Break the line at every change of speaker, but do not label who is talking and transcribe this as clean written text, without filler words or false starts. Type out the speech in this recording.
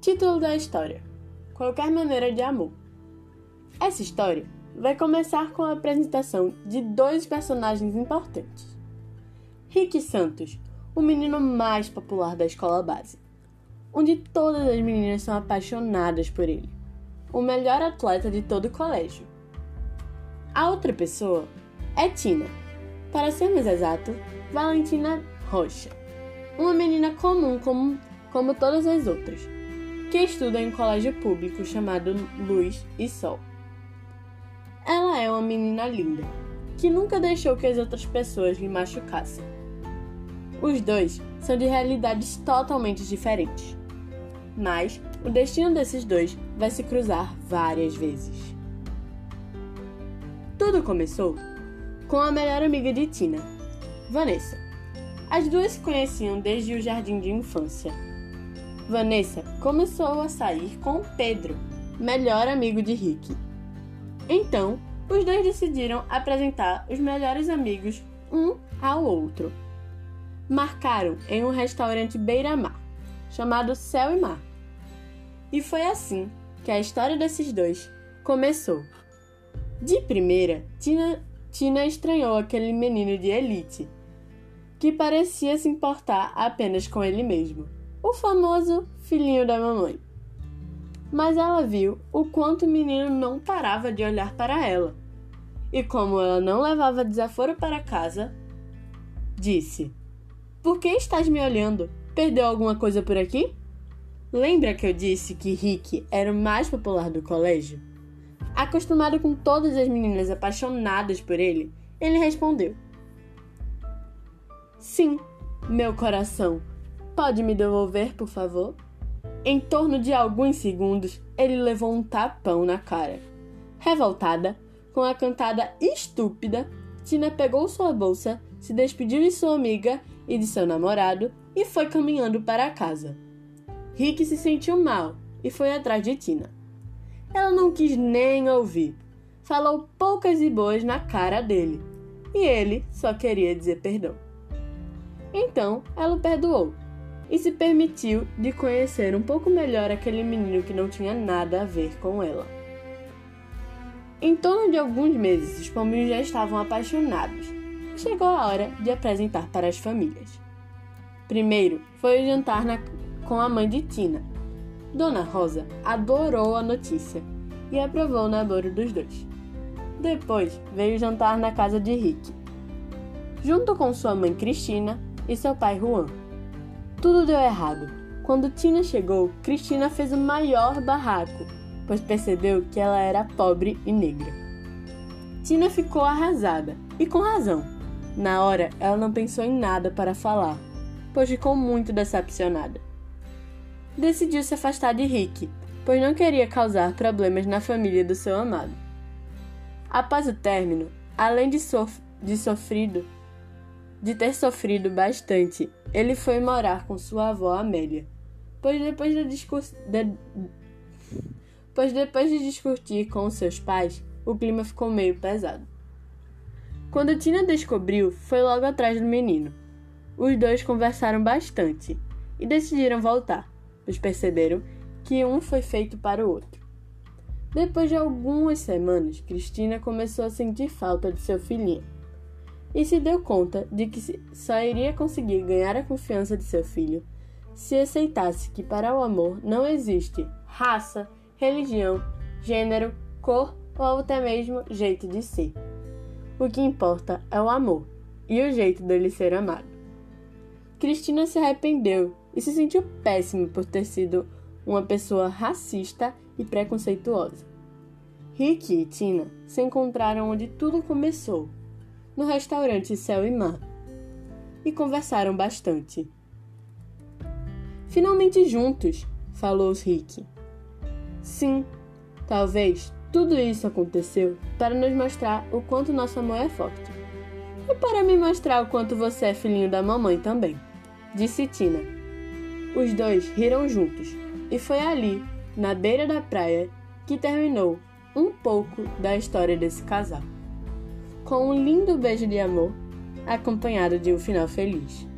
Título da história: Qualquer Maneira de Amor. Essa história vai começar com a apresentação de dois personagens importantes. Rick Santos, o menino mais popular da escola base, onde todas as meninas são apaixonadas por ele, o melhor atleta de todo o colégio. A outra pessoa é Tina, para ser mais exato, Valentina Rocha, uma menina comum como todas as outras, que estuda em um colégio público chamado Luz e Sol. Ela é uma menina linda, que nunca deixou que as outras pessoas lhe machucassem. Os dois são de realidades totalmente diferentes, mas o destino desses dois vai se cruzar várias vezes. Tudo começou com a melhor amiga de Tina, Vanessa. As duas se conheciam desde o jardim de infância. Vanessa começou a sair com Pedro, melhor amigo de Rick. Então, os dois decidiram apresentar os melhores amigos um ao outro. Marcaram em um restaurante beira-mar, chamado Céu e Mar. E foi assim que a história desses dois começou. De primeira, Tina estranhou aquele menino de elite, que parecia se importar apenas com ele mesmo, o famoso filhinho da mamãe. Mas ela viu o quanto o menino não parava de olhar para ela. E como ela não levava desaforo para casa, disse: "Por que estás me olhando? Perdeu alguma coisa por aqui?" Lembra que eu disse que Rick era o mais popular do colégio? Acostumado com todas as meninas apaixonadas por ele, ele respondeu: "Sim, meu coração. Pode me devolver, por favor?" Em torno de alguns segundos, ele levou um tapão na cara. Revoltada, com a cantada estúpida, Tina pegou sua bolsa, se despediu de sua amiga e de seu namorado e foi caminhando para casa. Rick se sentiu mal e foi atrás de Tina. Ela não quis nem ouvir. Falou poucas e boas na cara dele. E ele só queria dizer perdão. Então, ela o perdoou e se permitiu de conhecer um pouco melhor aquele menino que não tinha nada a ver com ela. Em torno de alguns meses, os pombinhos já estavam apaixonados e chegou a hora de apresentar para as famílias. Primeiro foi o jantar com a mãe de Tina. Dona Rosa adorou a notícia e aprovou o namoro dos dois. Depois veio o jantar na casa de Rick, junto com sua mãe Cristina e seu pai Juan. Tudo deu errado. Quando Tina chegou, Cristina fez o maior barraco, pois percebeu que ela era pobre e negra. Tina ficou arrasada, e com razão. Na hora, ela não pensou em nada para falar, pois ficou muito decepcionada. Decidiu se afastar de Rick, pois não queria causar problemas na família do seu amado. Após o término, além de ter sofrido bastante, ele foi morar com sua avó Amélia, pois depois de discutir com seus pais, o clima ficou meio pesado. Quando Tina descobriu, foi logo atrás do menino. Os dois conversaram bastante e decidiram voltar, pois perceberam que um foi feito para o outro. Depois de algumas semanas, Cristina começou a sentir falta de seu filhinho e se deu conta de que só iria conseguir ganhar a confiança de seu filho se aceitasse que para o amor não existe raça, religião, gênero, cor ou até mesmo jeito de ser. O que importa é o amor e o jeito dele ser amado. Cristina se arrependeu e se sentiu péssima por ter sido uma pessoa racista e preconceituosa. Rick e Tina se encontraram onde tudo começou, no restaurante Céu e Mar, e conversaram bastante. "Finalmente juntos", falou Rick. "Sim, talvez tudo isso aconteceu para nos mostrar o quanto nosso amor é forte. E para me mostrar o quanto você é filhinho da mamãe também", disse Tina. Os dois riram juntos, e foi ali, na beira da praia, que terminou um pouco da história desse casal, com um lindo beijo de amor, acompanhado de um final feliz.